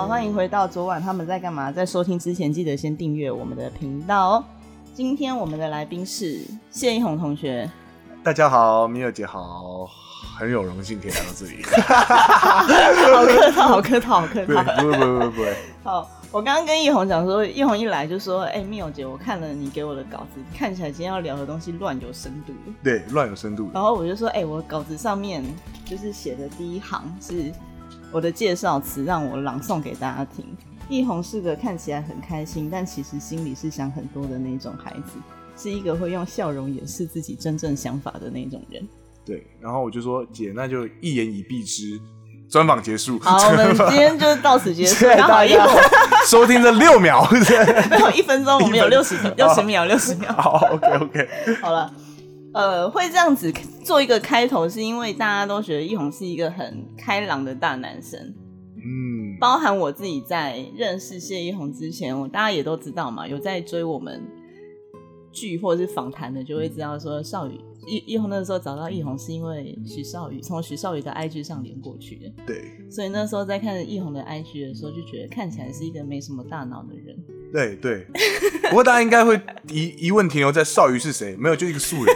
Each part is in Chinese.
欢迎回到昨晚他们在干嘛。在收听之前记得先订阅我们的频道哦。今天我们的来宾是谢一宏同学。 大家好，米尔姐好，很有荣幸可以来到这里。 好客套，好客套，好客套。 不会。 好，我刚刚跟一宏讲说，一宏一来就说：“米尔姐，我看了你给我的稿子，看起来今天要聊的东西乱有深度。” 对，乱有深度。 然后我就说：“我稿子上面就是写的第一行是我的介绍词，让我朗诵给大家听。一宏是个看起来很开心，但其实心里是想很多的那种孩子，是一个会用笑容掩饰自己真正想法的那种人。” 对，然后我就说：“姐，那就一言以蔽之。”专访结束。 好，我们今天就到此结束。 谢谢大家收听这6秒，没有1分钟，我们有60秒。 好 ，OK。 好了。会这样子做一个开头，是因为大家都觉得一宏是一个很开朗的大男生。包含我自己在认识谢一宏之前，大家也都知道嘛，有在追我们剧或者是访谈的，就会知道说少宇一宏那时候找到一宏是因为许少宇，从许少宇的 IG 上连过去的。 对， 所以那时候在看一宏的 IG 的时候，就觉得看起来是一个没什么大脑的人。 对。不过大家应该会疑问停留在少宇是谁？没有，就一个素人。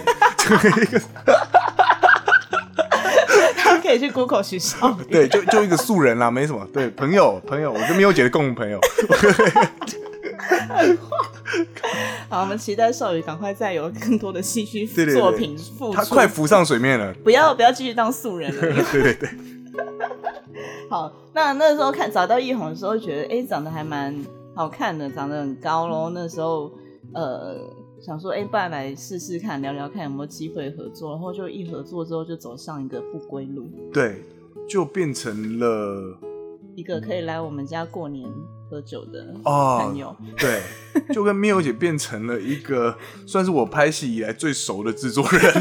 他可以去 Google 许少宇。 对，就一个素人啦，没什么。对，朋友，我跟喵姐的共同朋友。 好，我们期待少宇赶快再有更多的戏剧作品付出。 他快浮上水面了， 不要继续当素人了。 对。 好，那时候找到一宏的时候，觉得长得还蛮好看的，长得很高咯。那时候想说不然来试试看，聊聊看有没有机会合作。然后就一合作之后，就走上一个不归路。对， 就变成了一个可以来我们家过年喝酒的朋友。 对，就跟喵姐变成了一个算是我拍戏以来最熟的制作人。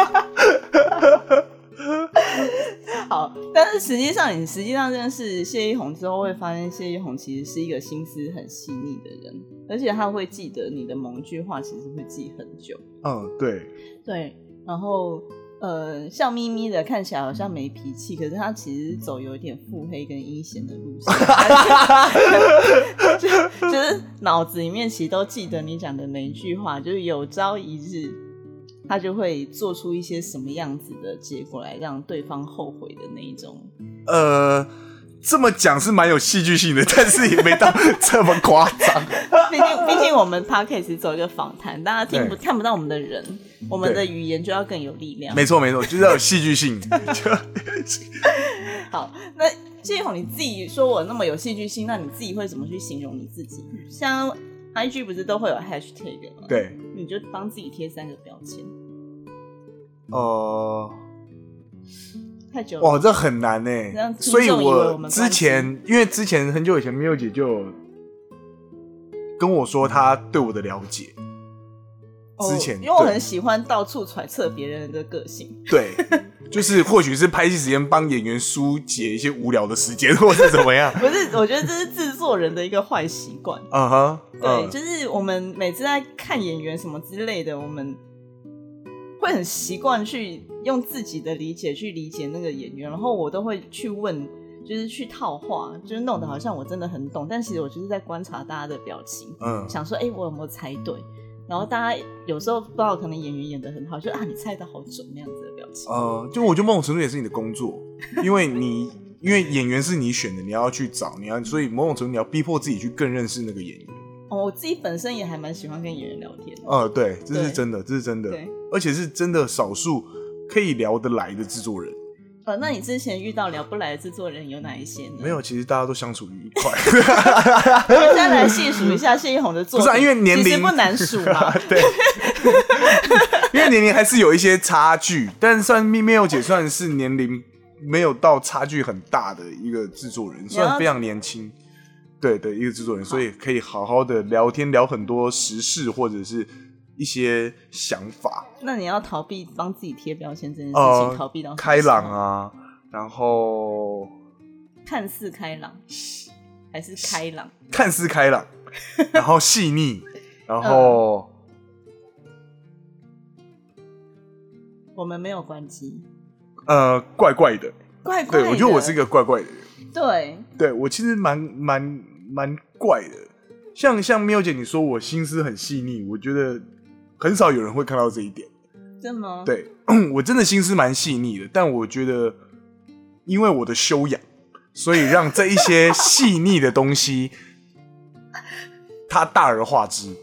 好，但是实际上认识谢一宏之后，会发现谢一宏其实是一个心思很细腻的人，而且他会记得你的某一句话，其实会记很久。对，然后笑眯眯的，看起来好像没脾气，可是他其实走有一点腹黑跟阴险的路线。就是脑子里面其实都记得你讲的每一句话，就是有朝一日他就会做出一些什么样子的结果来让对方后悔的那一种。 这么讲是蛮有戏剧性的，但是也没到这么夸张。 毕竟我们 Podcast 走一个访谈，大家看不到我们的人，我们的语言就要更有力量。 没错，就是要有戏剧性。 好，那谢一宏，你自己说我那么有戏剧性，那你自己会怎么去形容你自己？像 IG 不是都会有 hashtag 吗？ 对， 你就帮自己贴3个标签。太久了， 哇，这很难耶。所以我之前，因为之前很久以前，喵姐就跟我说她对我的了解。之前， 因为我很喜欢到处揣测别人的个性。 对，就是或许是拍戏时间帮演员疏解一些无聊的时间，或是怎么样。 不是，我觉得这是制作人的一个坏习惯。对，就是我们每次在看演员什么之类的，我们会很习惯去用自己的理解去理解那个演员，然后我都会去问，就是去套话，就是弄得好像我真的很懂，但其实我就是在观察大家的表情，想说我有没有猜对，然后大家有时候不知道可能演员演得很好，就你猜得好准那样子的表情。 就我觉得某种程度也是你的工作，因为演员是你选的，你要去找，所以某种程度你要逼迫自己去更认识那个演员。 我自己本身也还蛮喜欢跟演员聊天的。对，这是真的，对，而且是真的少数可以聊得来的制作人。 那你之前遇到聊不来的制作人有哪一些呢？ 没有，其实大家都相处愉快。 我们再来细数一下谢一宏的作品。 不是因为年龄其实不难数嘛。 对，因为年龄还是有一些差距，但算喵姐算是年龄没有到差距很大的一个制作人，算非常年轻。对的一个制作人，所以可以好好的聊天，聊很多时事或者是一些想法。 那你要逃避帮自己贴标签这件事情，逃避到开朗啊，然后看似开朗还是开朗？ 看似开朗，然后细腻，然后我们没有关机。 怪怪的， 怪怪的。 对，我觉得我是一个怪怪的人。 对，我其实蛮怪的。像喵姐你说我心思很细腻，我觉得很少有人会看到这一点。 真的吗？ 对，我真的心思蛮细腻的，但我觉得因为我的修养，所以让这一些细腻的东西它大而化之。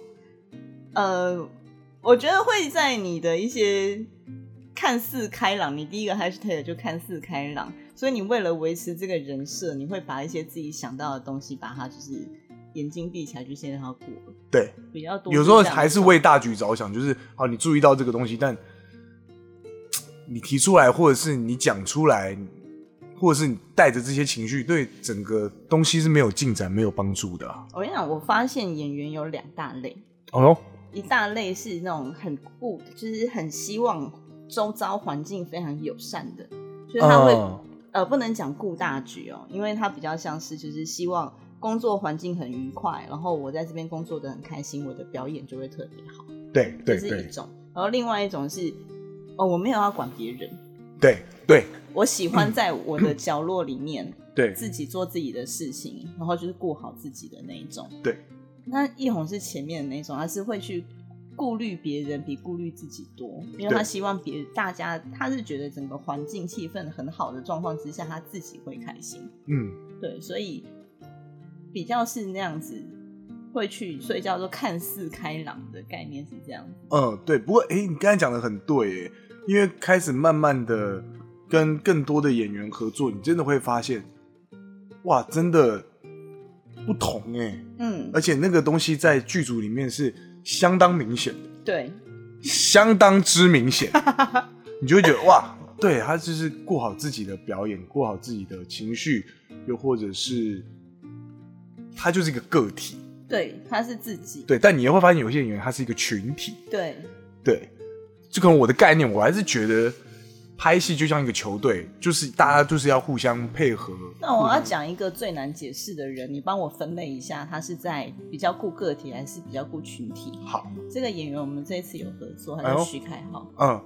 我觉得会在你的一些看似开朗，你第一个 hashtag 就看似开朗，所以你为了维持这个人设，你会把一些自己想到的东西，把它就是眼睛闭起来就先让它过了。 对， 比较多。 有时候还是为大局着想，就是好，你注意到这个东西，但你提出来，或者是你讲出来，或者是你带着这些情绪，对整个东西是没有进展、没有帮助的啊。 我跟你讲，我发现演员有2大类。 哦， 一大类是那种很就是很希望周遭环境非常友善的，就是他会不能讲顾大局哦，因为他比较像是就是希望工作环境很愉快，然后我在这边工作的很开心，我的表演就会特别好。 对， 这是一种。然后另外一种是我没有要管别人， 对， 我喜欢在我的角落里面对自己做自己的事情，然后就是顾好自己的那一种。 对， 那易宏是前面的那种，他是会去顾虑别人比顾虑自己多，因为他希望大家，他是觉得整个环境气氛很好的状况之下，他自己会开心。对，所以比较是那样子会去，所以叫做看似开朗的概念是这样子。 对。不过你刚才讲的很对耶，因为开始慢慢的跟更多的演员合作，你真的会发现，哇，真的不同耶。而且那个东西在剧组里面是相当明显的， 对， 相当之明显。你就会觉得哇，对，他就是过好自己的表演，过好自己的情绪，又或者是他就是一个个体， 对，他是自己， 对。但你也会发现有些演员他是一个群体， 对， 就可能我的概念，我还是觉得拍戏就像一个球队，就是大家就是要互相配合。 那我要讲一个最难解释的人，你帮我分类一下，他是在比较顾个体还是比较顾群体？ 好， 这个演员我们这一次有合作，他叫徐凯浩。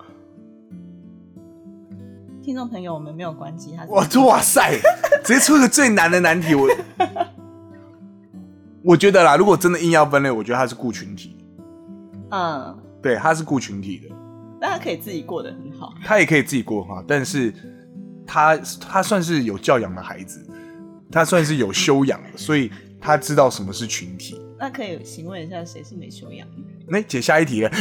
听众朋友，我们没有关机，他哇塞，直接出一个最难的难题。我觉得啦，如果真的硬要分类，我觉得他是顾群体。对，他是顾群体的。 但他可以自己过得很好， 他也可以自己过得很好，但是他算是有教养的孩子，他算是有修养的，所以他知道什么是群体。 那可以请问一下，谁是没修养？ 姐下一题了。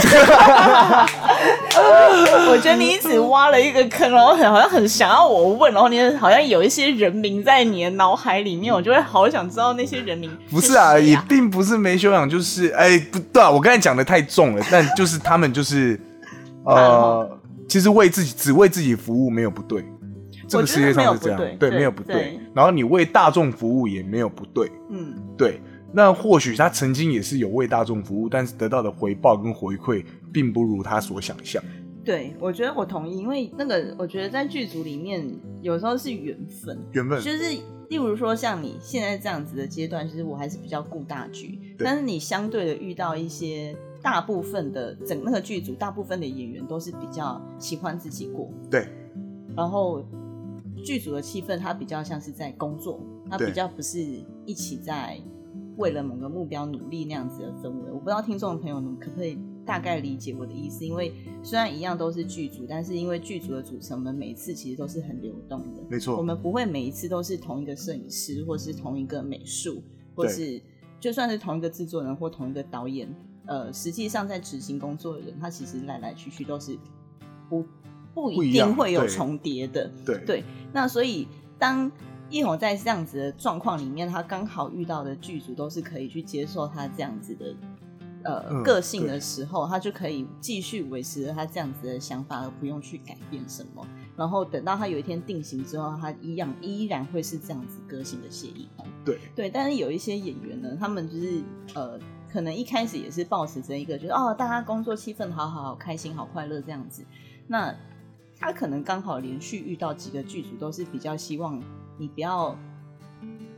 我觉得你一直挖了一个坑，然后好像很想要我问，然后你好像有一些人名在你的脑海里面，我就会好想知道那些人名是谁啊。 不是啊，也并不是没修养，就是不对啊，我刚才讲的太重了，但就是他们就是其实只为自己服务没有不对，这个世界上是这样，对，没有不对。然后你为大众服务也没有不对，对。那或许他曾经也是有为大众服务，但是得到的回报跟回馈并不如他所想象。 对，我觉得我同意，因为那个我觉得在剧组里面有时候是缘分，就是例如说像你现在这样子的阶段，就是我还是比较顾大局，但是你相对的遇到一些大部分的那个剧组大部分的演员都是比较喜欢自己过， 对， 然后剧组的气氛它比较像是在工作，它比较不是一起在为了某个目标努力那样子的氛围。我不知道听众的朋友们可不可以大概理解我的意思，因为虽然一样都是剧组，但是因为剧组的组成，我们每一次其实都是很流动的， 没错， 我们不会每一次都是同一个摄影师，或是同一个美术，或是就算是同一个制作人或同一个导演，实际上在执行工作的人，他其实来来去去都是不一定会有重叠的，对。那所以当易宏在这样子的状况里面，他刚好遇到的剧组都是可以去接受他这样子的个性的时候，他就可以继续维持他这样子的想法，而不用去改变什么。然后等到他有一天定型之后，他依然会是这样子个性的谢易宏。对，但是有一些演员呢，他们就是可能一开始也是抱持着一个就是大家工作气氛好开心好快乐这样子，那他可能刚好连续遇到几个剧组都是比较希望你不要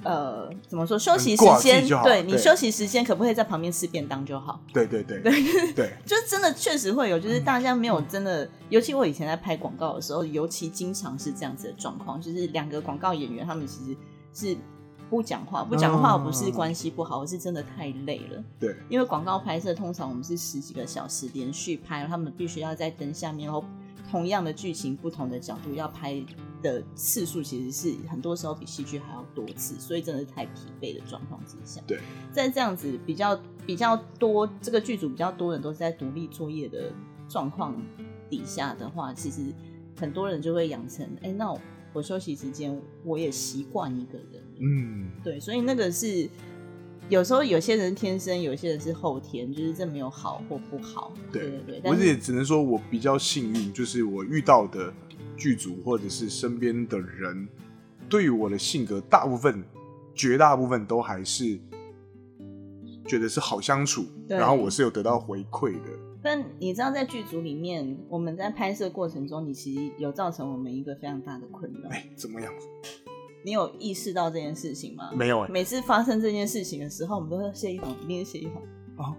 怎么说？休息时间，对你休息时间可不可以在旁边吃便当就好？ 对， 就是真的确实会有，就是大家没有真的，尤其我以前在拍广告的时候，尤其经常是这样子的状况，就是2个广告演员他们其实是不讲话不是关系不好，而是真的太累了。 对， 因为广告拍摄通常我们是10几个小时连续拍，他们必须要在灯下面，然后同样的剧情不同的角度要拍的次数其实是很多时候比戏剧还要多次，所以真的是太疲惫的状况之下。 对， 在这样子比较多，这个剧组比较多人都是在独立作业的状况底下的话，其实很多人就会养成那我休息时间我也习惯一个人。对，所以那个是有时候有些人天生，有些人是后天，就是这没有好或不好。对， 我也只能说我比较幸运，就是我遇到的剧组或者是身边的人，对于我的性格绝大部分都还是觉得是好相处，然后我是有得到回馈的。 但你知道在剧组里面，我们在拍摄过程中，你其实有造成我们一个非常大的困扰。 怎么样？ 你有意识到这件事情吗？ 没有。 每次发生这件事情的时候，我们都会谢一红，一定是谢一红。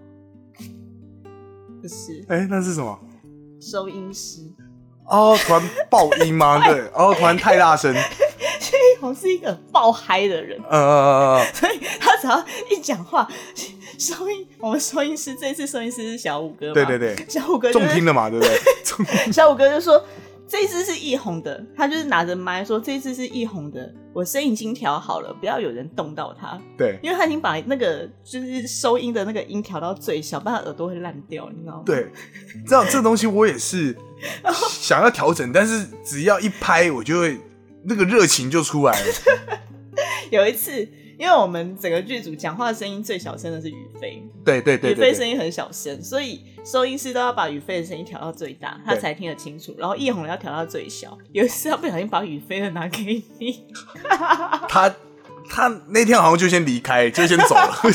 不是。 那是什么？ 收音师。 突然爆音吗？对。突然太大声。 谢一红是一个爆嗨的人。所以他只要一讲话，我们收音师这一次收音师是小五哥嘛？ 对， 小五哥中听了嘛，对不对？ 小五哥就说这一次是一红的，他就是拿着麦说这一次是一红的，我声已经调好了，不要有人动到他。 对， 因为他已经把那个就是收音的那个音调到最小，不然他耳朵会烂掉，你知道吗？ 对，这东西我也是想要调整，但是只要一拍，我就会那个热情就出来了。 有一次，因为我们整个剧组讲话声音最小声的是宇飞， 对， 宇飞声音很小声，所以收音师都要把宇飞的声音调到最大，他才听得清楚。然后一红要调到最小。有一次他不小心把宇飞的拿给你， 他那天好像就先离开，就先走了，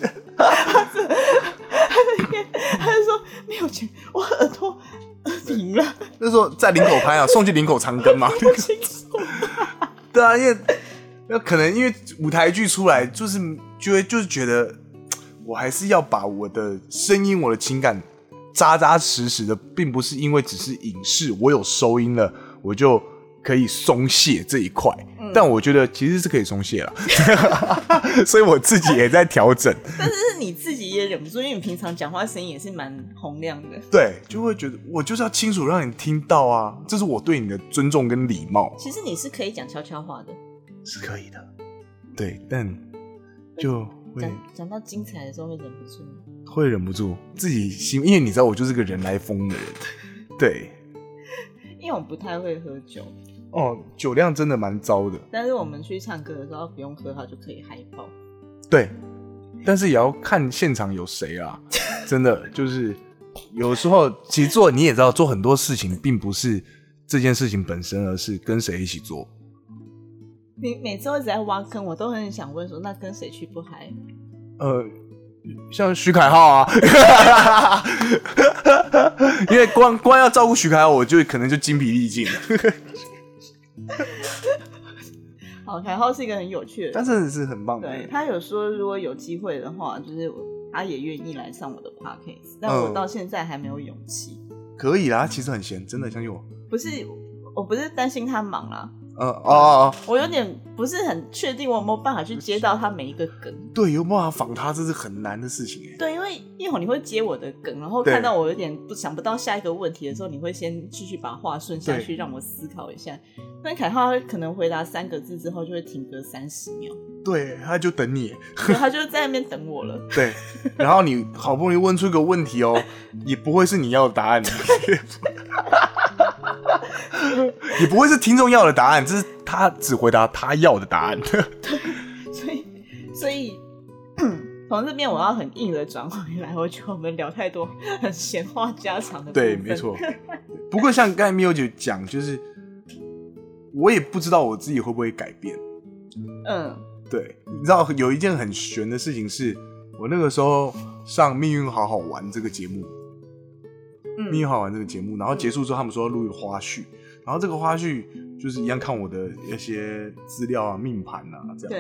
他就说没有钱，我耳朵平了。 那时候在林口拍啊，送去林口长庚嘛。 不清楚。 对啊，因为可能因为舞台剧出来，就是觉得我还是要把我的声音、我的情感扎扎实实的，并不是因为只是影视我有收音了，我就可以松懈这一块。但我觉得其实是可以松懈啦，所以我自己也在调整。 但是你自己也忍不住，因为你平常讲话声音也是蛮洪亮的。 对，就会觉得我就是要清楚让你听到啊，这是我对你的尊重跟礼貌。 其实你是可以讲悄悄话的， 是可以的。对，但就会讲到精彩的时候会忍不住， 会忍不住自己心，因为你知道我就是个人来疯的人。对， 因为我不太会喝酒。 酒量真的蛮糟的。 但是我们去唱歌的时候不用喝，它就可以嗨爆。 对，但是也要看现场有谁啊。真的就是有时候其实你也知道，做很多事情并不是这件事情本身，而是跟谁一起做。 你每次一直在挖坑，我都很想问说，那跟谁去不嗨？ 像徐凯浩啊。因为光要照顾徐凯浩，我就可能就精疲力尽了。 好，凯浩是一个很有趣的人， 但真的是很棒的。 对，他有说如果有机会的话，就是他也愿意来上我的 podcast， 但我到现在还没有勇气。 可以啦，他其实很闲，真的相信我。 我不是担心他忙啦。我有点不是很确定我有没有办法去接到他每一个梗。 对，有办法仿他，这是很难的事情。 对，因为一会儿你会接我的梗，然后看到我有点想不到下一个问题的时候，你会先继续把话顺下去，让我思考一下。但凯浩可能回答3个字之后就会停格30秒。 对，他就等你。 对，他就在那边等我了。 对，然后你好不容易问出一个问题也不会是你要的答案。也不会是听众要的答案，这是他只回答他要的答案。 对，所以从这边我要很硬的转回来，我觉得我们聊太多很闲话家常的部分。 对，没错。不过像刚才咪欧姐讲，就是我也不知道我自己会不会改变。对，你知道有一件很悬的事情是，我那个时候上《命运好好玩》这个节目，命运好玩这个节目，然后结束之后他们说要录一个花絮，然后这个花絮就是一样看我的一些资料啊、命盘啊这样子。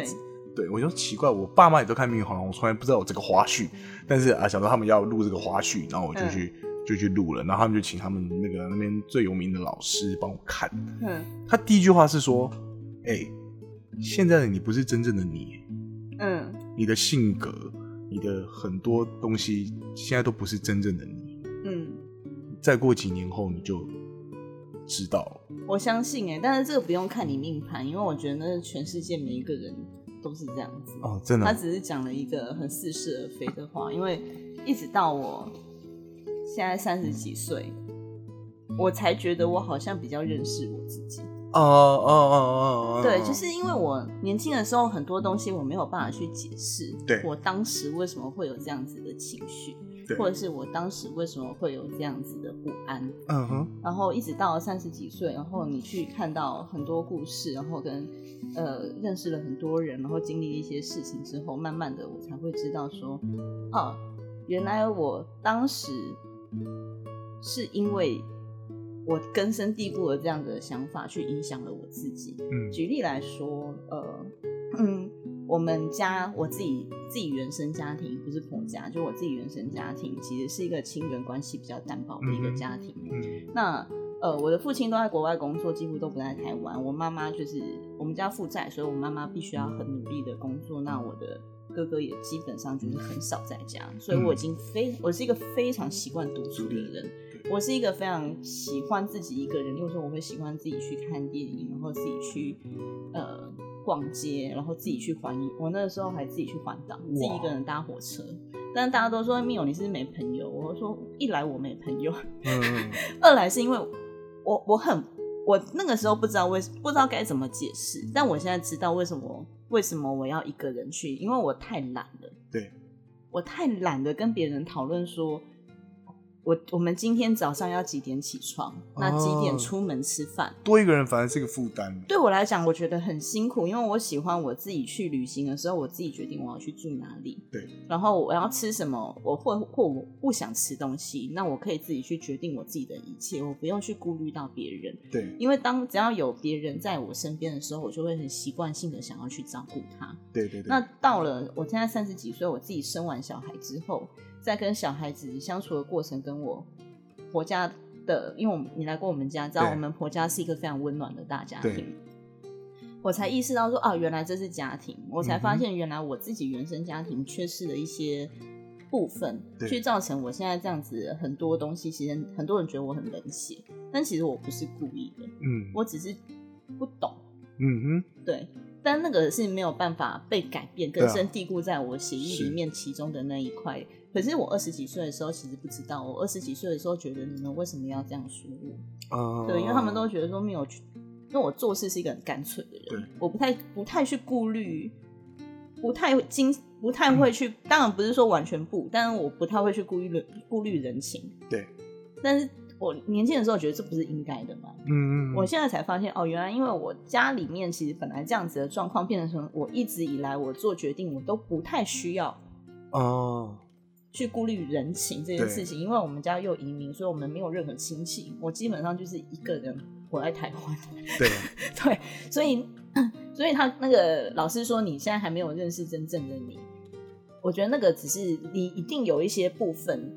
对，我就奇怪，我爸妈也都看《命运好男》，我从来不知道有这个花絮，但是想到他们要录这个花絮，然后我就去录了，然后他们就请他们那边最有名的老师帮我看。他第一句话是说：“现在的你不是真正的你，你的性格，你的很多东西现在都不是真正的你，再过几年后你就知道了。” 我相信但是这个不用看你命盘，因为我觉得那全世界每一个人都是这样子哦，真的。 他只是讲了一个很似是而非的话，因为一直到我现在30几岁，我才觉得我好像比较认识我自己。对，就是因为我年轻的时候很多东西我没有办法去解释， 对， 我当时为什么会有这样子的情绪，或者是我当时为什么会有这样子的不安。然后一直到30几岁，然后你去看到很多故事，然后跟认识了很多人，然后经历一些事情之后，慢慢的我才会知道说，原来我当时是因为我根深蒂固的这样的想法去影响了我自己。举例来说，我们家我自己原生家庭不是婆家，就我自己原生家庭其实是一个亲缘关系比较单薄的一个家庭。那我的父亲都在国外工作，几乎都不在台湾。我妈妈就是我们家负债，所以我妈妈必须要很努力的工作。那我的哥哥也基本上就是很少在家，所以我是一个非常习惯独处的人。我是一个非常喜欢自己一个人，例如说我会喜欢自己去看电影，然后自己去逛街，然后自己去环岛。我那个时候还自己去环岛，自己一个人搭火车。但是大家都说Mio你是没朋友，我说一来我没朋友，二来是因为我那个时候不知道该怎么解释，但我现在知道为什么我要一个人去，因为我太懒了。 对， 我太懒得跟别人讨论说我们今天早上要几点起床，那几点出门吃饭。 多一个人反而是个负担。 对我来讲我觉得很辛苦，因为我喜欢我自己去旅行的时候我自己决定我要去住哪里， 对， 然后我要吃什么，或我不想吃东西，那我可以自己去决定我自己的一切，我不用去顾虑到别人。 对， 因为只要有别人在我身边的时候，我就会很习惯性的想要去照顾他。 对对对。 那到了我现在30几岁，我自己生完小孩之后，在跟小孩子相处的过程，跟我婆家的，因为你来过我们家，知道我们婆家是一个非常温暖的大家庭，我才意识到说原来这是家庭。我才发现原来我自己原生家庭缺失的一些部分，去造成我现在这样子很多东西。其实很多人觉得我很冷血，但其实我不是故意的，我只是不懂。对，但那个是没有办法被改变，根深蒂固在我血液里面其中的那一块。可是我20几岁的时候其实不知道，我20几岁的时候觉得你们为什么要这样说我？对，因为他们都觉得说没有，因为我做事是一个很干脆的人，我不太去顾虑，不太会去，当然不是说完全不，但是我不太会去顾虑人情。对，但是我年轻的时候觉得这不是应该的嘛。我现在才发现原来因为我家里面其实本来这样子的状况，变成我一直以来我做决定我都不太需要去顾虑人情这件事情。因为我们家又移民，所以我们没有任何亲戚，我基本上就是一个人活在台湾。对，所以他那个老师说你现在还没有认识真正的你，我觉得那个只是你一定有一些部分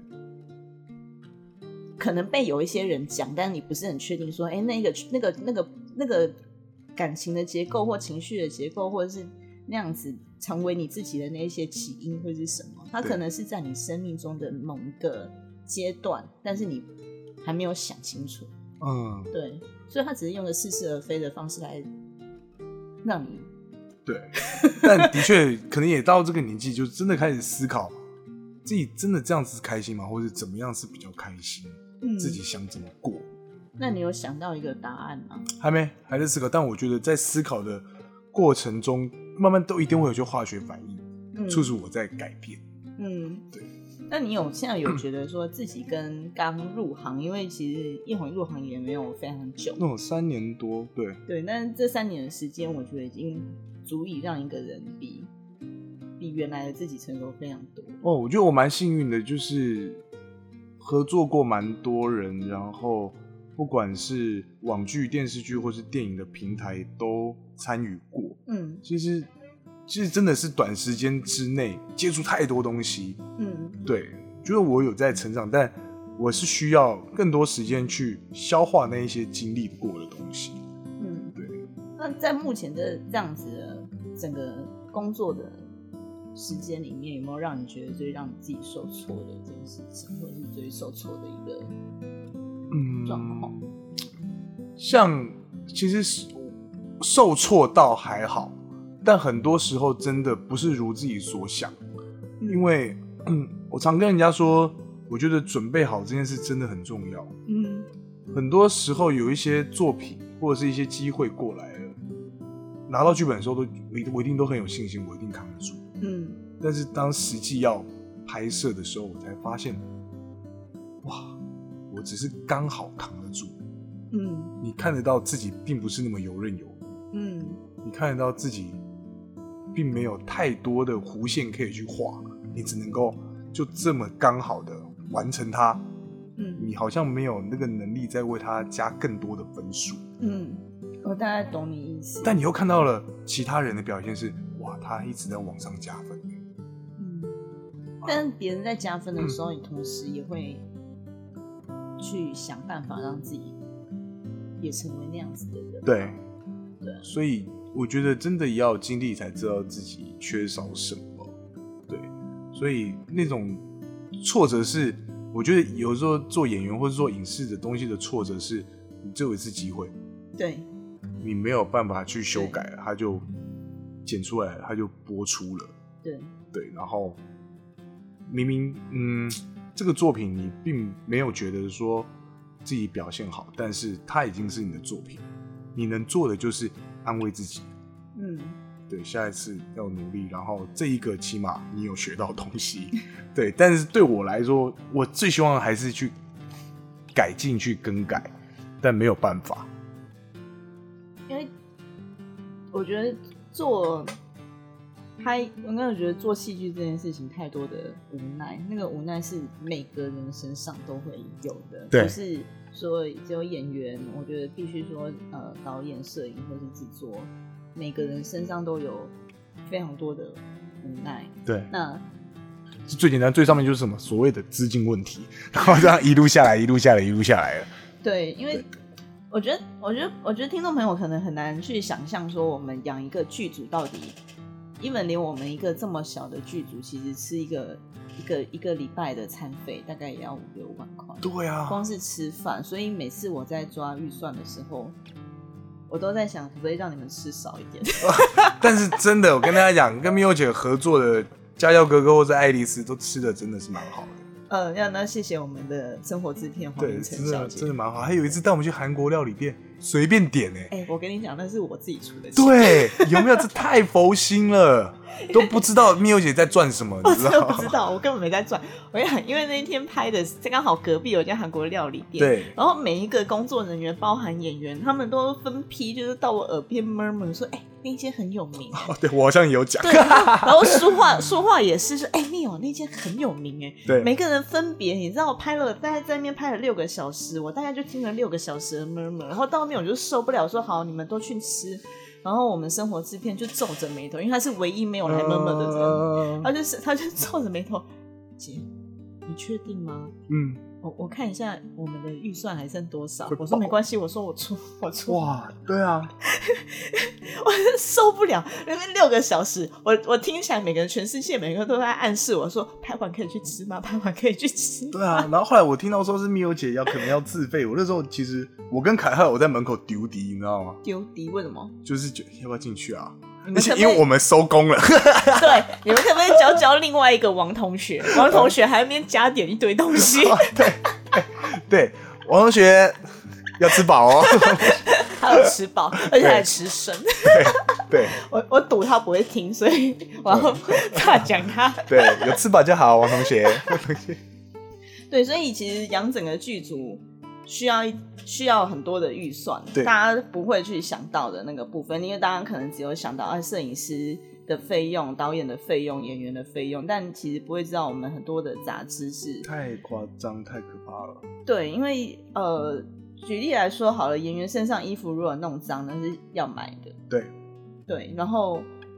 可能被有一些人讲，但你不是很确定说那个感情的结构或情绪的结构，或者是那样子成为你自己的那一些起因会是什么。它可能是在你生命中的某一个阶段，但是你还没有想清楚。对，所以他只是用了似是而非的方式来让你对。但的确可能也到这个年纪，就真的开始思考自己真的这样子开心吗？或者怎么样是比较开心，自己想怎么过。 那你有想到一个答案吗？ 还在思考。但我觉得在思考的过程中，慢慢都一定会有些化学反应，促使我在改变。对。 那你现在有觉得说自己跟刚入行，因为其实叶宏入行也没有非常久 ，3年多。对， 但这3年的时间我觉得已经足以让一个人比原来的自己成熟非常多。 我觉得我蛮幸运的，就是合作过蛮多人，然后不管是网剧、电视剧或是电影的平台都参与过。其实其实真的是短时间之内接触太多东西。对，觉得我有在成长，但我是需要更多时间去消化那一些经历过的东西。对。 那在目前的这样子的整个工作的时间里面，有没有让你觉得最让你自己受挫的一件事情，或者是最受挫的一个状况？ 像其实受挫倒还好，但很多时候真的不是如自己所想。因为我常跟人家说，我觉得准备好这件事真的很重要。很多时候有一些作品或者是一些机会过来了，拿到剧本的时候我一定都很有信心，我一定扛得住。但是当实际要拍摄的时候，我才发现，哇，我只是刚好扛得住。你看得到自己并不是那么游刃有余。你看得到自己并没有太多的弧线可以去画，你只能够就这么刚好的完成它。你好像没有那个能力再为它加更多的分数。 我大概懂你意思。 但你又看到了其他人的表现是，哇，他一直在往上加分。 但别人在加分的时候，你同时也会去想办法让自己也成为那样子的人。 对，所以我觉得真的也要经历才知道自己缺少什么。对，所以那种挫折是，我觉得有时候做演员或者做影视的东西的挫折是，你只有一次机会， 对， 你没有办法去修改了，它就剪出来了，它就播出了。对，然后明明这个作品你并没有觉得说自己表现好，但是它已经是你的作品，你能做的就是安慰自己。对，下一次要努力，然后这一个起码你有学到东西。对，但是对我来说，我最希望还是去改进、去更改，但没有办法。 因为我觉得我刚才觉得做戏剧这件事情太多的无奈，那个无奈是每个人身上都会有的，不是说只有演员。我觉得必须说，导演、摄影或是制作，每个人身上都有非常多的无奈。 对， 那最简单最上面就是什么所谓的资金问题，然后这样一路下来了。 对，因为我觉得听众朋友可能很难去想象说，我们养一个剧组到底。even 连我们一个这么小的剧组，其实吃一个礼拜的餐费大概也要5-6万块。 对啊， 光是吃饭。所以每次我在抓预算的时候，我都在想可不可以让你们吃少一点。 但是真的，我跟大家讲，跟咪欧姐合作的家教哥哥或者爱丽丝都吃的真的是蛮好的。 那谢谢我们的生活制片黄明成小姐， 真的蛮好。还有一次带我们去韩国料理店，随便点我跟你讲，那是我自己出的钱。 对，有没有？这太佛心了，都不知道咪欧姐在赚什么，你知道吗？ 我不知道，我根本没在赚。我跟你讲，因为那一天拍的刚好隔壁有一家韩国料理店， 对， 然后每一个工作人员，包含演员，他们都分批就是到我耳边 murmur 说，那间很有名。 对，我好像有讲。 对，然后说话也是说，你有那间很有名对， 每个人分别，你知道我大概在那边拍了6个小时，我大概就听了6个小时的 murmur， 然后到那边我就受不了，说好，你们都去吃。然后我们生活制片就皱着眉头，因为他是唯一没有来murmur的人，他就皱着眉头，姐，你确定吗？我看一下我们的预算还剩多少。我说没关系，我说我出。 哇，对啊， 我受不了那边6个小时，我听起来每个人全世界每个人都在暗示我说，拍完可以去吃吗？拍完可以去吃吗？ 对啊，然后后来我听到说是咪欧姐可能要自费，我那时候其实我跟凯浩我在门口丢敌，你知道吗？ 丢敌为什么？ 就是要不要进去啊？而且因为我们收工了。 对，你们可不可以教另外一个王同学？王同学还在那边加点一堆东西。 对，王同学要吃饱哦。 他有吃饱，而且还吃生。 对， 我赌他不会听，所以我要怕讲他。 对，有吃饱就好，王同学。 对，所以其实养整个剧组需要很多的预算，大家不会去想到的那个部分，因为大家可能只有想到摄影师的费用、导演的费用、演员的费用，但其实不会知道我们很多的杂支是太夸张、太可怕了。 对，因为举例来说好了，演员身上衣服如果弄脏，那是要买的。 对， 然后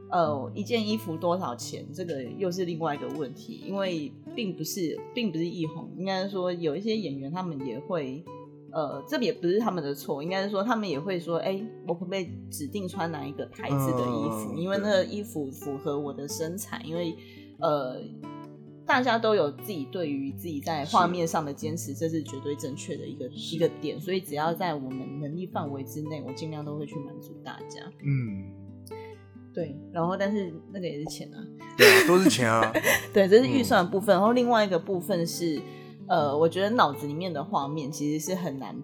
一件衣服多少钱，这个又是另外一个问题，因为并不是易红，应该说有一些演员他们也会，这也不是他们的错，应该是说他们也会说，我可不可以指定穿哪一个牌子的衣服，因为那个衣服符合我的身材，因为大家都有自己对于自己在画面上的坚持，这是绝对正确的一个点，所以只要在我们能力范围之内，我尽量都会去满足大家。对，然后但是那个也是钱啊， 对啊，都是钱啊。 对，这是预算的部分，然后另外一个部分是，我觉得脑子里面的画面其实是很难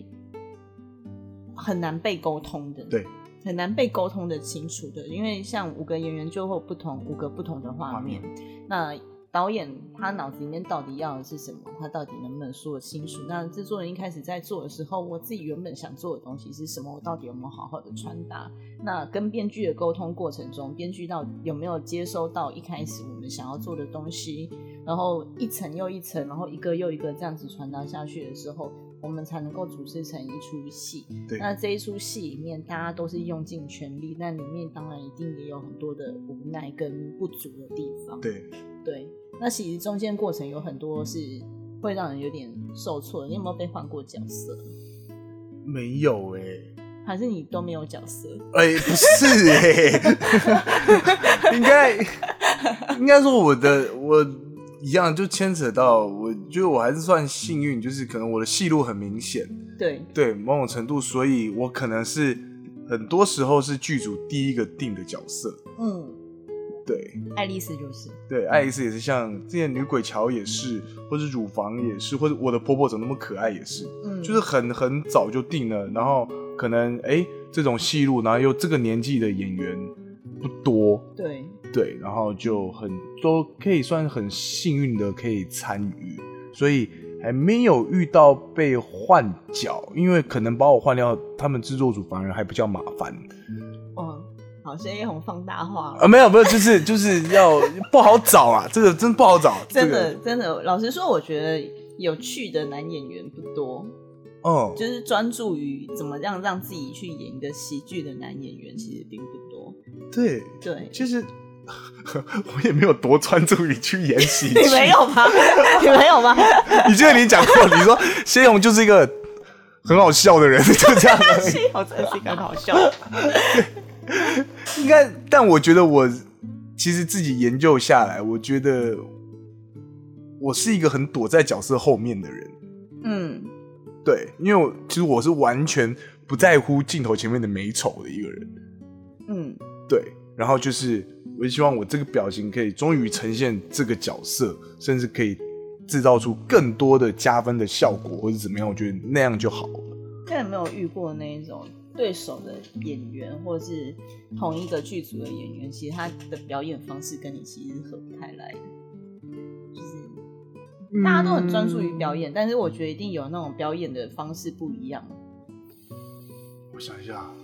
被沟通的， 对， 很难被沟通的清楚的，因为像5个演员就会有5个不同的画面，那导演他脑子里面到底要的是什么，他到底能不能说得清楚，那制作人一开始在做的时候，我自己原本想做的东西是什么，我到底有没有好好的传达，那跟编剧的沟通过程中，编剧到有没有接收到一开始我们想要做的东西，然后一层又一层，然后一个又一个这样子传达下去的时候，我们才能够组织成一出戏。那这一出戏里面大家都是用尽全力，那里面当然一定也有很多的无奈跟不足的地方。对，那其实中间过程有很多是会让人有点受挫。你有没有被换过角色？ 没有还是你都没有角色？ 不是应该说我一样就牵扯到，我觉得我还是算幸运，就是可能我的戏路很明显，对某种程度，所以我可能是很多时候是剧组第一个定的角色。对， 爱丽丝就是， 对，爱丽丝也是，像之前女鬼桥也是，或者乳房也是，或者我的婆婆怎么那么可爱也是，就是很早就定了，然后可能这种戏路，然后又这个年纪的演员不多，对，然后就都可以算很幸运的可以参与，所以还没有遇到被换角，因为可能把我换掉，他们制作组反而还比较麻烦。 好，谢叶红放大化没有，就是要不好找啊，这个真不好找， 真的，老实说，我觉得有趣的男演员不多，就是专注于怎么样让自己去演一个喜剧的男演员，其实并不多。对， 其实我也没有多专注于去演喜剧。 你没有吗？ 你记得你讲过，你说谢叶红就是一个很好笑的人，就这样而已。 谢叶红真的是一个很好笑。 应该，但我觉得我其实自己研究下来，我觉得我是一个很躲在角色后面的人。对，因为其实我是完全不在乎镜头前面的美丑的一个人。对，然后就是我希望我这个表情可以终于呈现这个角色，甚至可以制造出更多的加分的效果，或者怎么样，我觉得那样就好了。 那有没有遇过那一种对手的演员，或是同一个剧组的演员，其实他的表演方式跟你其实合不太来的，就是大家都很专注于表演，但是我觉得一定有那种表演的方式不一样。 我想一下，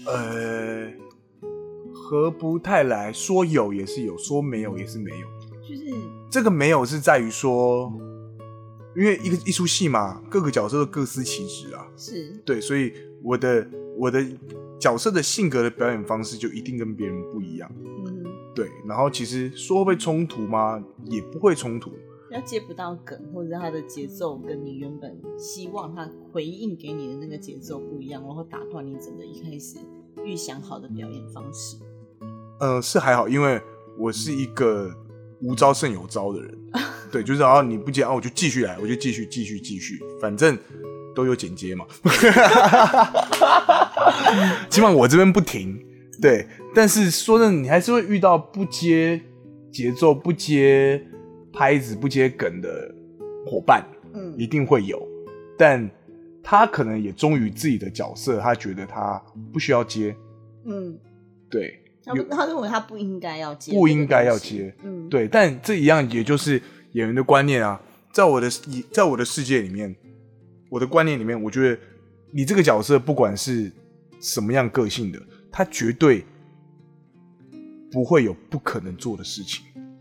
合不太来，说有也是有，说没有也是没有。 就是这个没有是在于说，因为一出戏嘛，各个角色都各司其职啊， 是对，所以我的角色的性格的表演方式就一定跟别人不一样。对，然后其实说会不会冲突吗？也不会冲突。 要接不到梗，或者是他的节奏跟你原本希望他回应给你的那个节奏不一样，然后打断你整个一开始预想好的表演方式。 是还好，因为我是一个无招胜有招的人。对，就是然后你不接我就继续来，我就继续，反正都有剪接嘛。起码我这边不停。对，但是说真的，你还是会遇到不接节奏、不接拍子、不接梗的伙伴，一定会有。但他可能也忠于自己的角色，他觉得他不需要接。对， 他认为他不应该要接， 对，但这一样也就是演员的观念啊。在我的世界里面，我的观念里面，我觉得你这个角色不管是什么样个性的，他绝对不会有不可能做的事情。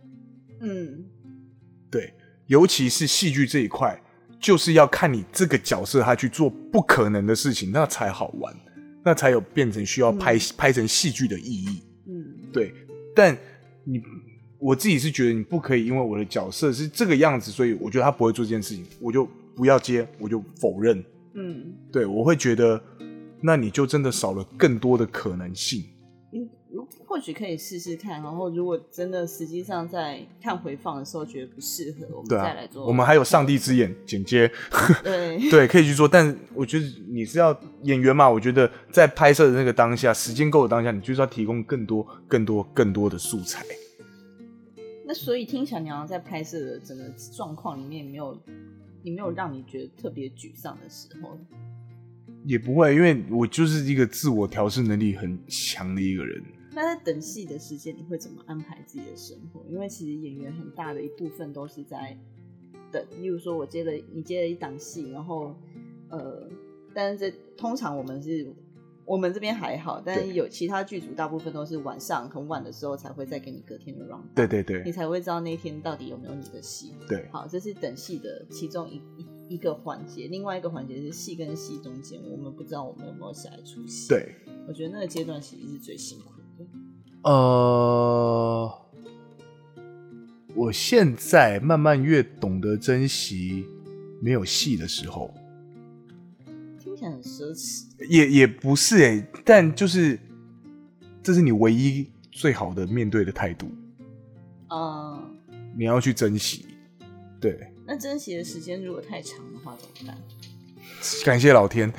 对，尤其是戏剧这一块，就是要看你这个角色他去做不可能的事情，那才好玩，那才有变成需要拍成戏剧的意义。对， 但我自己是觉得你不可以因为我的角色是这个样子，所以我觉得他不会做这件事情，我就不要接，我就否认。对，我会觉得那你就真的少了更多的可能性。 或许可以试试看，然后如果真的实际上在看回放的时候觉得不适合，我们再来做。 我们还有上帝之眼剪接， 对对，可以去做。但我觉得你是要演员嘛，我觉得在拍摄的那个当下，时间够的当下，你就是要提供更多的素材。 那所以听起来你好像在拍摄的整个状况里面，你没有让你觉得特别沮丧的时候？ 也不会，因为我就是一个自我调试能力很强的一个人。 那在等戏的时间，你会怎么安排自己的生活？因为其实演员很大的一部分都是在等，例如说你接了一档戏，然后但是通常我们这边还好，但是有其他剧组大部分都是晚上很晚的时候才会再给你隔天的 round。对，你才会知道那一天到底有没有你的戏。 对， 好，这是等戏的其中一个环节，另外一个环节是戏跟戏中间，我们不知道我们有没有下一出戏。 对， 我觉得那个阶段其实是最辛苦的。 我现在慢慢越懂得珍惜没有戏的时候。 听起来很奢侈。 也不是但就是这是你唯一最好的面对的态度。你要去珍惜。对。 那珍惜的时间如果太长的话怎么办？ 感谢老天。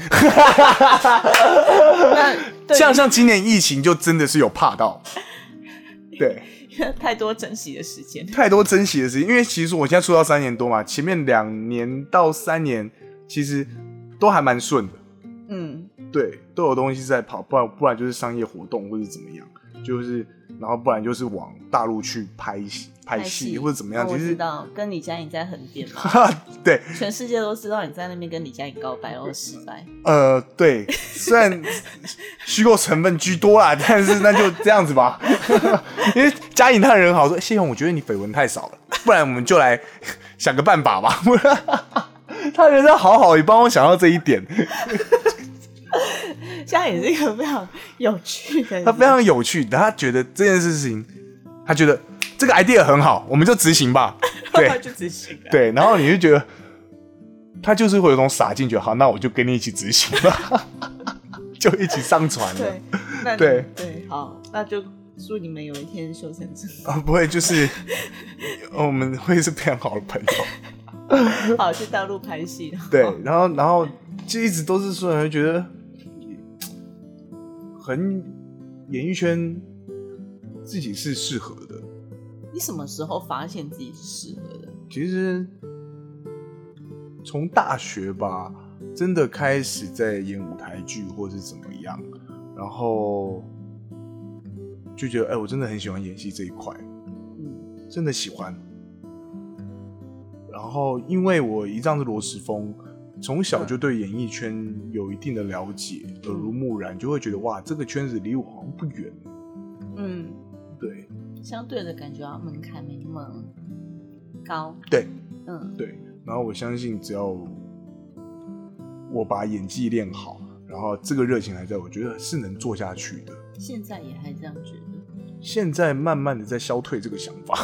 像今年疫情就真的是有怕到。对， 太多珍惜的时间， 因为其实我现在出道3年多嘛，前面2年到3年其实都还蛮顺的。对，都有东西在跑，不然就是商业活动或者怎么样，就是然后不然就是往大陆去拍戏或者怎么样。 我知道跟李佳颖在横店嘛。 对， 全世界都知道你在那边跟李佳颖告白而失败。 对，虽然虚构成分居多啦，但是那就这样子吧。因为佳颖她人好说，谢宏，我觉得你绯闻太少了，不然我们就来想个办法吧。他人真好好，也帮我想到这一点。 佳颖是一个非常有趣的人， 他非常有趣，他觉得这件事情，他觉得这个 idea 很好，我们就执行吧。对， 就执行。 对，然后你就觉得他就是会有种洒进去，好，那我就跟你一起执行吧，就一起上船了。对， 好，那就祝你们有一天修成正果。 不会，就是我们会是非常好的朋友。 好，去大陆拍戏。 对，然后就一直都是说，人觉得演艺圈自己是适合的。 你什么时候发现自己是适合的？ 其实从大学吧，真的开始在演舞台剧或是怎么样，然后就觉得我真的很喜欢演戏这一块。真的喜欢。然后因为我一仗是罗时丰，从小就对演艺圈有一定的了解，耳濡目染，就会觉得哇，这个圈子离我好像不远。对， 相对的感觉门槛没那么高。 对，对。然后我相信，只要我把演技练好，然后这个热情还在，我觉得是能做下去的。 现在也还这样觉得？ 现在慢慢的在消退这个想法。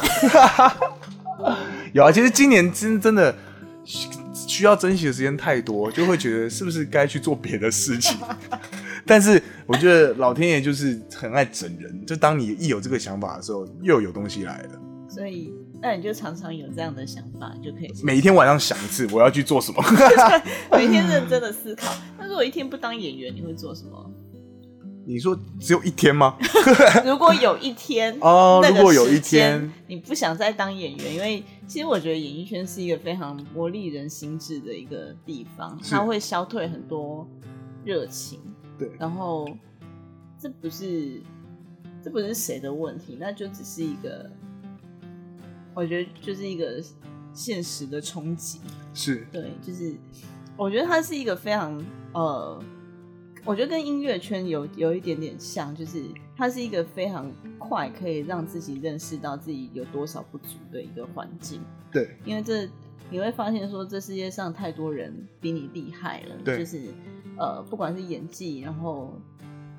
有啊，其实今年真的需要珍惜的时间太多，就会觉得是不是该去做别的事情。但是我觉得老天爷就是很爱整人，就当你一有这个想法的时候，又有东西来了。 所以那你就常常有这样的想法，你就可以每一天晚上想一次我要去做什么。 每天认真的思考。那如果一天不当演员，你会做什么？ 你说只有一天吗？ 如果有一天如果有一天你不想再当演员，因为其实我觉得演艺圈是一个非常磨砺人心智的一个地方，它会消退很多热情。 对， 然后这不是谁的问题，那就只是一个，我觉得就是一个现实的冲击。 是， 对，就是我觉得它是一个非常我觉得跟音乐圈有一点点像，就是它是一个非常快可以让自己认识到自己有多少不足的一个环境。 对， 因为你会发现说，这世界上太多人比你厉害了。 对， 就是不管是演技，然后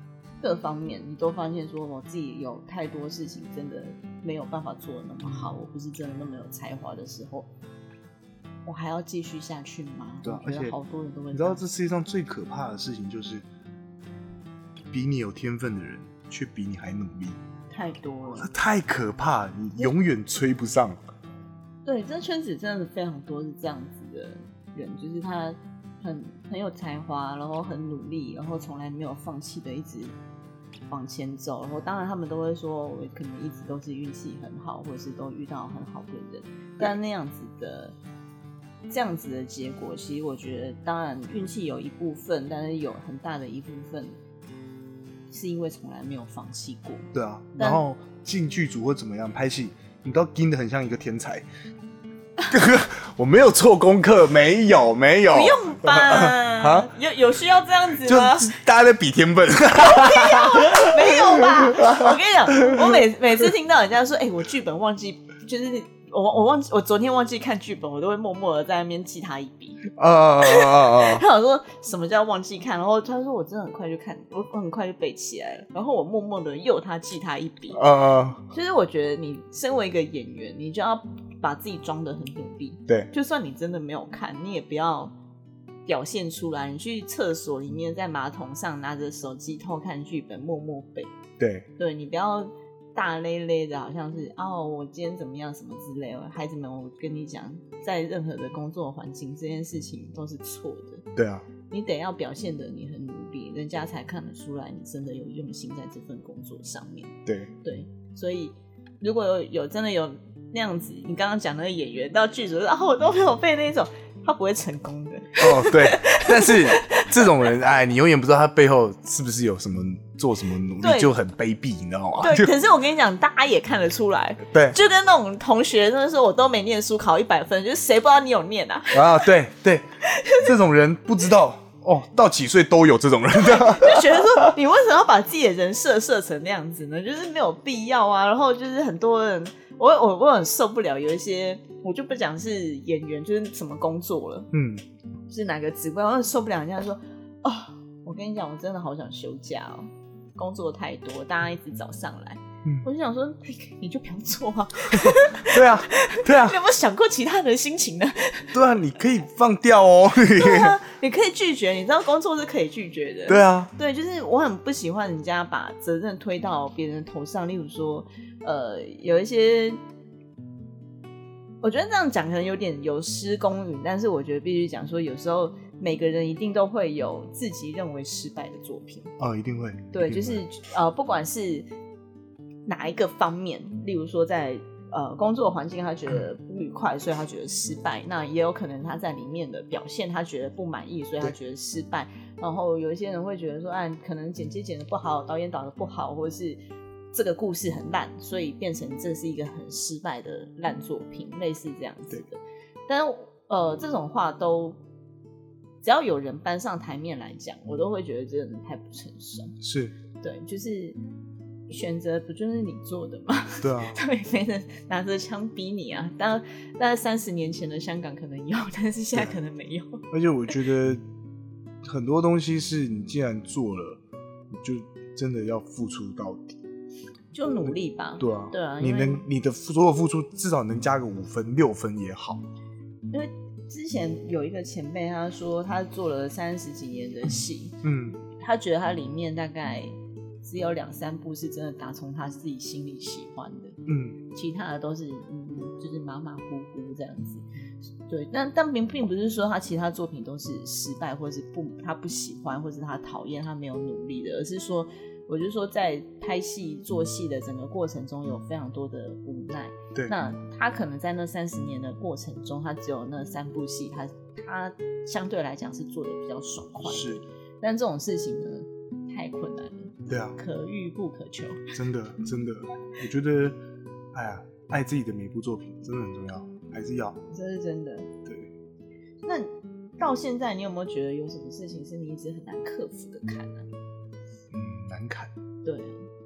各方面你都发现说我自己有太多事情真的没有办法做得那么好，我不是真的那么有才华的时候，我还要继续下去吗？ 对啊， 我觉得好多人都会。 你知道这世界上最可怕的事情就是比你有天分的人却比你还努力， 太多了， 太可怕，你永远追不上。 对，这圈子真的非常多是这样子的人，就是他很有才华，然后很努力，然后从来没有放弃的一直往前走，然后当然他们都会说我可能一直都是运气很好，或者是都遇到很好的人，但那样子的这样子的结果，其实我觉得当然运气有一部分，但是有很大的一部分是因为从来没有放弃过。 对啊，然后进剧组或怎么样拍戏，你都盯得很像一个天才。我没有做功课，没有， 不用吧？有需要这样子吗？ 就大家在比天分， 没有吧？我跟你讲，我每次听到人家说，我剧本忘记，就是我昨天忘记看剧本，我都会默默的在那边记他一笔。他想说什么叫忘记看，然后他说我真的很快就看，我很快就背起来了，然后我默默的诱他记他一笔。就是我觉得你身为一个演员，你就要把自己装得很努力。 对， 就算你真的没有看，你也不要表现出来。你去厕所里面，在马桶上拿着手机偷看剧本，默默背。对，你不要大咧咧的，好像是我今天怎么样什么之类的。孩子们，我跟你讲，在任何的工作环境，这件事情都是错的。 对啊， 你得要表现的你很努力，人家才看得出来你真的有用心在这份工作上面。 对， 所以如果有真的有那样子，你刚刚讲那个演员到剧组我都没有背那种，他不会成功的。 对，但是这种人，你永远不知道他背后是不是有什么做什么努力，就很卑鄙，你知道吗？ 对，可是我跟你讲，大家也看得出来。对，就跟那种同学真的是我都没念书，考100分，就是谁不知道你有念啊？对， 这种人不知道。到几岁都有这种人的， 就觉得说你为什么要把自己的人设成那样子呢？就是没有必要啊。然后就是很多人，我很受不了，有一些我就不讲是演员，就是什么工作了，是哪个职位，我很受不了人家说我跟你讲，我真的好想休假哦，工作太多，大家一直找上来。我就想说，你就不要做啊！ 对啊， 你有没有想过其他人的心情呢？ 对啊，你可以放掉哦。 对啊，你可以拒绝，你知道工作是可以拒绝的。 对啊， 对，就是我很不喜欢人家把责任推到别人头上，例如说，有一些，我觉得这样讲可能有点有失公允，但是我觉得必须讲说，有时候每个人一定都会有自己认为失败的作品。 一定会。 对，就是不管是哪一个方面，例如说在工作环境他觉得不愉快，所以他觉得失败，那也有可能他在里面的表现他觉得不满意，所以他觉得失败。然后有一些人会觉得说可能剪接剪得不好，导演导得不好，或者是这个故事很烂，所以变成这是一个很失败的烂作品，类似这样子的。但是这种话都只要有人搬上台面来讲，我都会觉得这个人太不成熟。 是， 对，就是选择不就是你做的吗？ 对啊， 他也没人拿着枪逼你啊。大概30年前的香港可能有，但是现在可能没有。 而且我觉得很多东西是你既然做了，你就真的要付出到底， 就努力吧。 对啊，你的所有付出至少能加个5分6分也好。 因为之前有一个前辈他说他做了30几年的戏，他觉得他里面大概只有2-3部是真的打从他自己心里喜欢的，其他的都是就是马马虎虎这样子。对，但并不是说他其他作品都是失败，或是他不喜欢，或是他讨厌，他没有努力的，而是说，我就说在拍戏做戏的整个过程中有非常多的无奈。 对， 那他可能在那30年的过程中，他只有那3部戏，他相对来讲是做的比较爽快的。 是， 但这种事情呢，太困难了。 对啊， 可遇不可求。真的， 我觉得，爱自己的每部作品真的很重要，还是要。 这是真的。 对。 那到现在，你有没有觉得有什么事情是你一直很难克服的坎呢？ 难坎。对。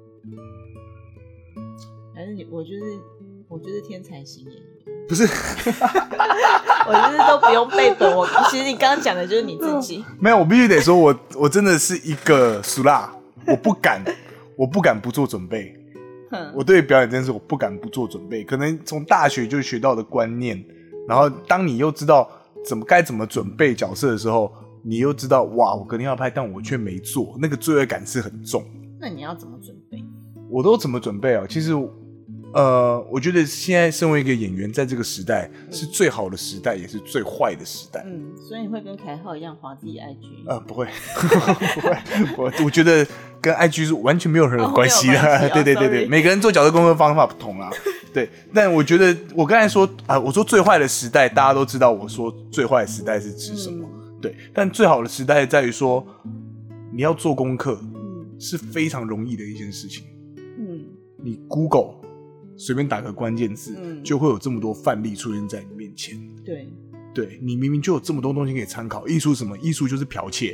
还是我就是天才型演员。 不是， 我就是都不用背本。其实你刚刚讲的就是你自己。 没有，我必须得说，我真的是一个俗辣。 我不敢不做准备。我对表演这件事我不敢不做准备，可能从大学就学到的观念，然后当你又知道该怎么准备角色的时候，你又知道哇，我肯定要拍，但我却没做，那个罪恶感是很重。 那你要怎么准备？ 我都怎么准备啊？其实我觉得现在身为一个演员，在这个时代是最好的时代，也是最坏的时代。 所以你会跟凯浩一样滑自己 IG？ 不会，不会。我觉得跟 IG 是完全没有任何关系的。对，每个人做角色功课方法不同啦。对，但我觉得我刚才说我说最坏的时代，大家都知道我说最坏的时代是指什么。对，但最好的时代在于说你要做功课，是非常容易的一件事情。你 Google 随便打个关键字，就会有这么多范例出现在你面前。对，你明明就有这么多东西可以参考。艺术什么？艺术就是剽窃，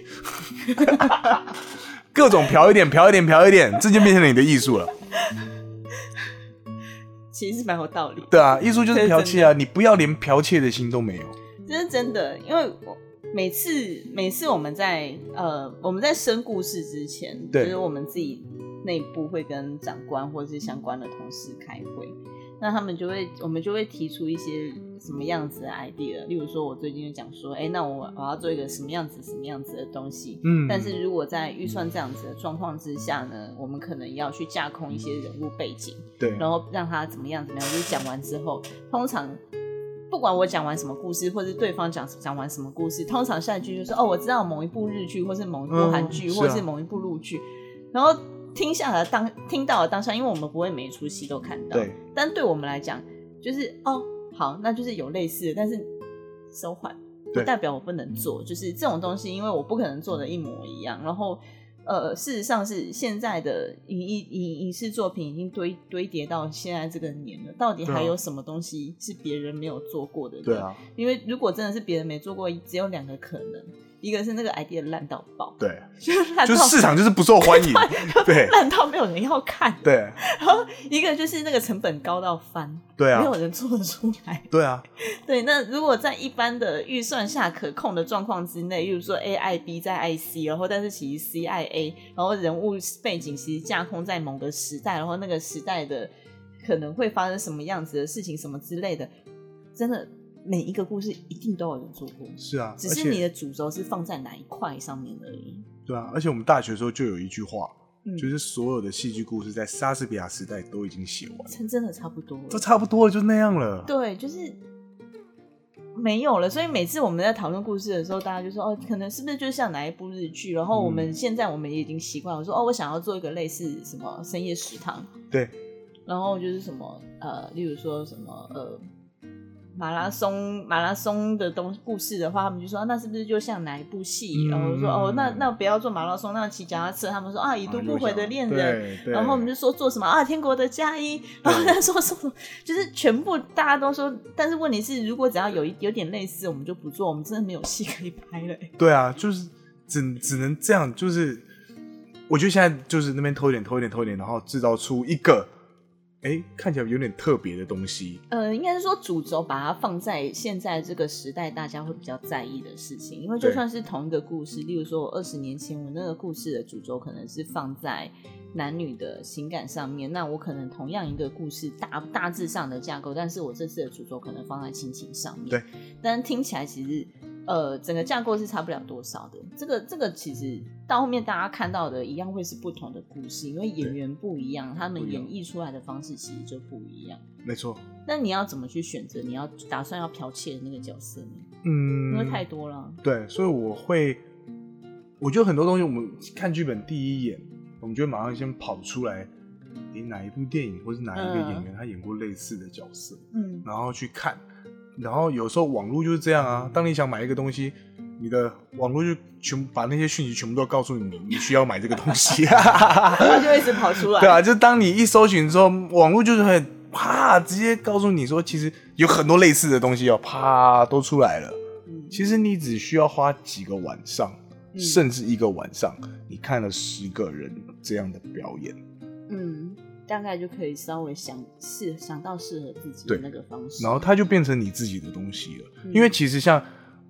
各种剽一点，这就变成了你的艺术了。 其实是蛮有道理。 对啊，艺术就是剽窃啊！你不要连剽窃的心都没有。 这是真的，因为每次我们在生故事之前，就是我们自己内部会跟长官或者是相关的同事开会，那我们就会提出一些什么样子的 idea， 例如说我最近就讲说，那我要做一个什么样子的东西，但是如果在预算这样子的状况之下呢，我们可能要去架空一些人物背景，对，然后让他怎么样，就是讲完之后，通常不管我讲完什么故事，或是对方讲完什么故事，通常下一句就是我知道某一部日剧，或是某一部韩剧，或是某一部陆剧，然后听到了当下，因为我们不会每一出戏都看到，但对我们来讲就是好，那就是有类似的，但是收缓不代表我不能做，就是这种东西，因为我不可能做的一模一样，然后事实上是现在的影视作品已经堆叠到现在这个年了，到底还有什么东西是别人没有做过的？对啊，因为如果真的是别人没做过，只有2个可能，一个是那个 idea 烂到爆，对， 就是市场就是不受欢迎，对， 烂到没有人要看， 对， 然后一个就是那个成本高到翻，对啊，没有人做得出来， 对啊， 对。那如果在一般的预算下可控的状况之内，例如说 AIB 在 IC， 然后但是其实 CIA， 然后人物背景其实架空在某个时代，然后那个时代的可能会发生什么样子的事情什么之类的，真的每一个故事一定都有人做过，是啊，只是你的主轴是放在哪一块上面而已。 对啊，而且我们大学的时候就有一句话，就是所有的戏剧故事在莎士比亚时代都已经写完了， 真的差不多了， 都差不多了，就那样了。 对，就是没有了。所以每次我们在讨论故事的时候，大家就说可能是不是就像哪一部日剧，然后我们现在我们也已经习惯了说我想要做一个类似什么深夜食堂，对，然后就是什么例如说什么马拉松的故事的话，他们就说那是不是就像哪一部戏？然后说那不要做马拉松，那骑脚踏车。他们说已读不回的恋人，然后我们就说做什么天国的嫁衣，然后再说什么，就是全部大家都说。但是问题是，如果只要有点类似，我们就不做，我们真的没有戏可以拍了。 对啊，就是只能这样。就是我觉得现在就是那边偷一点，然后制造出一个。看起来有点特别的东西。 应该是说主轴把它放在现在这个时代大家会比较在意的事情，因为就算是同一个故事，例如说我20年前我那个故事的主轴可能是放在男女的情感上面，那我可能同样一个故事大致上的架构，但是我这次的主轴可能放在亲情上面，对，但听起来其实整个架构是差不了多少的。这个其实到后面大家看到的一样会是不同的故事，因为演员不一样，他们演绎出来的方式其实就不一样。 没错。 那你要怎么去选择你要打算要剽窃的那个角色呢？因为太多了。 对，所以我觉得很多东西我们看剧本第一眼，我们就会马上先跑出来哪一部电影或是哪一个演员他演过类似的角色，然后去看。然后有时候网络就是这样啊，当你想买一个东西，你的网络就把那些讯息全部都告诉你，你需要买这个东西， 它就一直跑出来。 对啊，就当你一搜寻之后，网络就是会啪直接告诉你说，其实有很多类似的东西啪都出来了。其实你只需要花几个晚上，甚至1个晚上，你看了10个人这样的表演， 大概就可以稍微想到适合自己的那个方式， 然后它就变成你自己的东西了。因为其实像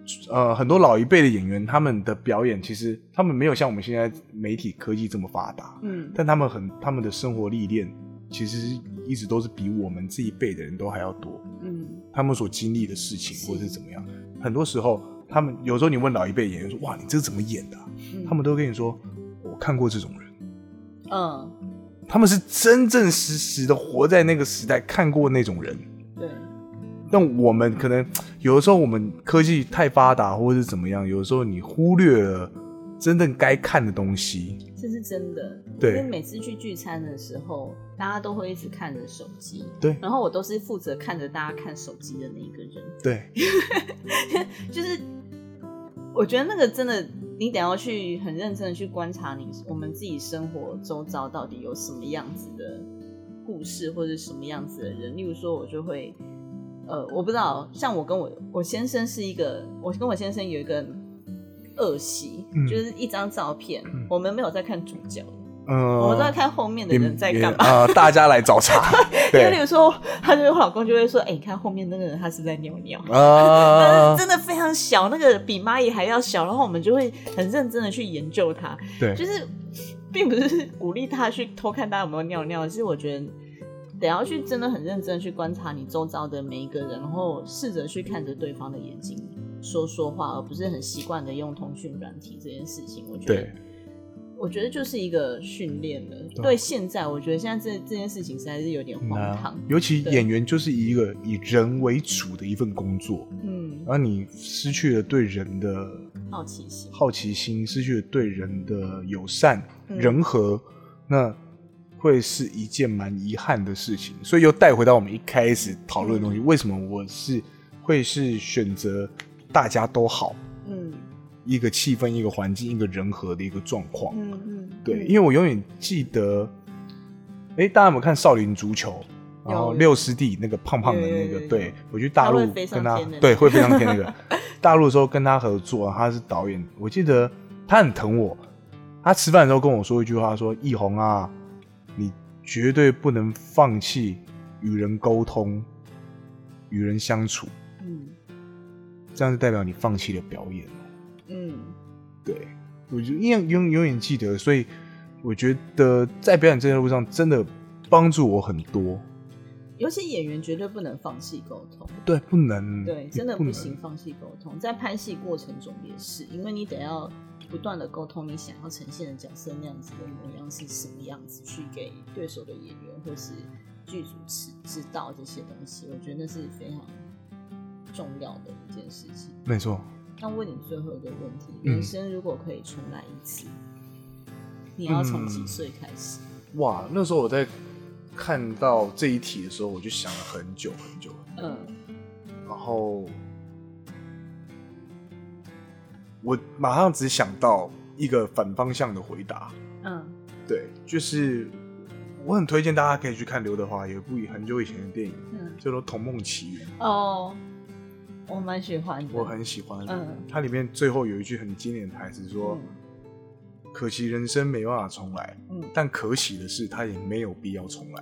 很多老一辈的演员，他们的表演其实他们没有像我们现在媒体科技这么发达，但他们的生活历练其实一直都是比我们这一辈的人都还要多，他们所经历的事情或者是怎么样，很多时候他们有时候你问老一辈演员说，哇，你这是怎么演的他们都跟你说，我看过这种人，他们是真正实实的活在那个时代，看过那种人， 对。 但我们可能有的时候我们科技太发达或者是怎么样，有的时候你忽略了真正该看的东西， 这是真的。 对， 因为每次去聚餐的时候，大家都会一直看着手机， 对， 然后我都是负责看着大家看手机的那一个人， 对， 就是我觉得那个真的，你得要去很认真的去观察我们自己生活周遭到底有什么样子的故事或者什么样子的人。例如说我就会我不知道，像我跟我先生是一个，我跟我先生有一个恶习，就是一张照片，我们没有在看主角，我们都在看后面的人在干嘛， 大家来找茬。 因为例如说，我老公就会说，你看后面那个人他是在尿尿，真的非常小，那个比蚂蚁还要小，然后我们就会很认真的去研究它， 对， 就是并不是鼓励他去偷看大家有没有尿尿，其实我觉得得要去真的很认真的去观察你周遭的每一个人，然后试着去看着对方的眼睛说话，而不是很习惯的用通讯软体这件事情。我觉得就是一个训练了。对，现在我觉得现在这件事情实在是有点荒唐， 尤其演员就是一个以人为主的一份工作，然后你失去了对人的好奇心，失去了对人的友善、人和，那会是一件蛮遗憾的事情。所以又带回到我们一开始讨论的东西，为什么我会选择大家都好，一个气氛、一个环境、一个人和的一个状况，对，因为我永远记得，大家有没有看《少林足球》？然后六师弟那个胖胖的那个，对，我去大陆跟他，对，会飞上天那个，大陆的时候跟他合作，他是导演，我记得他很疼我，他吃饭的时候跟我说一句话，说：“奕弘啊，你绝对不能放弃与人沟通、与人相处，这样就代表你放弃了表演。”对，我就永远记得，所以我觉得在表演这条路上真的帮助我很多。 尤其演员绝对不能放弃沟通， 对，不能， 对，真的不行放弃沟通。在拍戏过程中也是，因为你得要不断的沟通你想要呈现的角色那样子的模样是什么样子，去给对手的演员或是剧组知道这些东西。我觉得那是非常重要的一件事情。 没错。 那问你最后一个问题，人生如果可以重来一次，你要从几岁开始？ 哇，那时候我在看到这一题的时候，我就想了很久。然后我马上只想到一个反方向的回答。对，就是我很推荐大家可以去看刘德华有一部很久以前的电影，叫做《童梦奇缘》。 我蛮喜欢的， 我很喜欢。它里面最后有一句很经典的台词说：“可惜人生没办法重来，但可喜的是，它也没有必要重来。”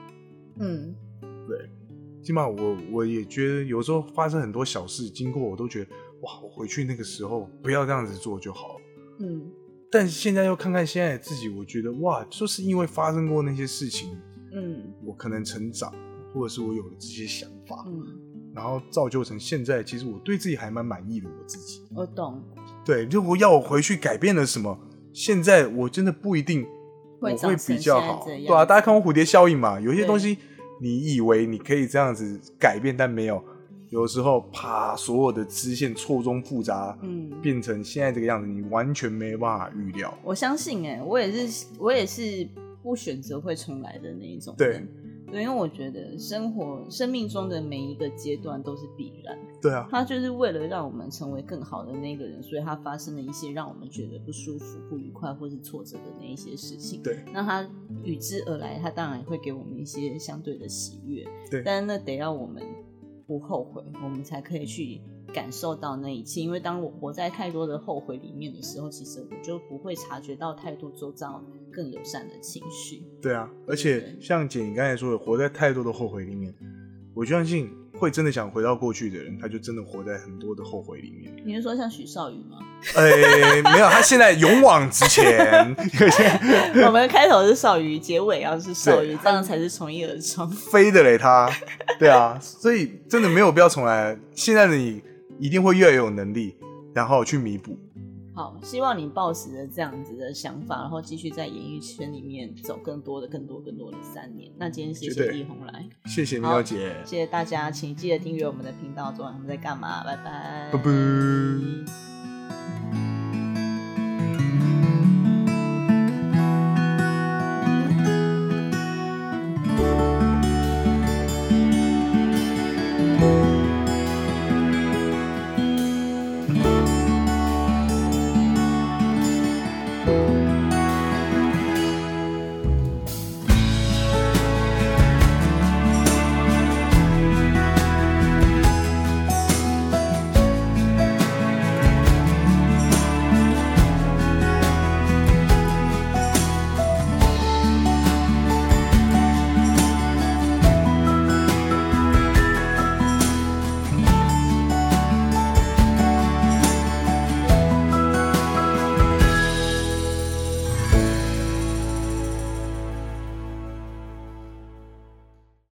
对，起码我也觉得有时候发生很多小事，经过我都觉得哇，我回去那个时候不要这样子做就好了。但现在又看看现在的自己，我觉得哇，就是因为发生过那些事情，我可能成长，或者是我有了这些想法，然后造就成现在，其实我对自己还蛮满意的。我自己， 我懂。 对，如果要我回去改变了什么，现在我真的不一定我会比较好。对啊，大家看过蝴蝶效应嘛？有些东西你以为你可以这样子改变，但没有。有时候啪，所有的支线错综复杂，变成现在这个样子，你完全没办法预料。 我相信我也是不选择会重来的那一种人。对，因为我觉得生命中的每一个阶段都是必然。 对啊， 它就是为了让我们成为更好的那个人，所以它发生了一些让我们觉得不舒服、不愉快或是挫折的那一些事情。 对， 那它与之而来，它当然会给我们一些相对的喜悦。 对， 但是那得要我们不后悔，我们才可以去感受到那一切。因为当我活在太多的后悔里面的时候，其实我就不会察觉到太多周遭更友善的情绪。 对啊，而且像姐你刚才说的，活在太多的后悔里面，我相信会真的想回到过去的人，他就真的活在很多的后悔里面。 你是说像许绍宇吗？ 没有，他现在勇往直前。 我们开头是绍宇，结尾要是绍宇，这样才是从一而终。 飞的嘞他，对啊，所以真的没有必要重来。现在的你一定会越来越有能力，然后去弥补。 好，希望你抱持着这样子的想法，然后继续在演艺圈里面走更多的3年。那今天谢谢力宏来， 谢谢喵姐， 谢谢大家，请记得订阅我们的频道，昨晚我们在干嘛？拜拜， 拜拜。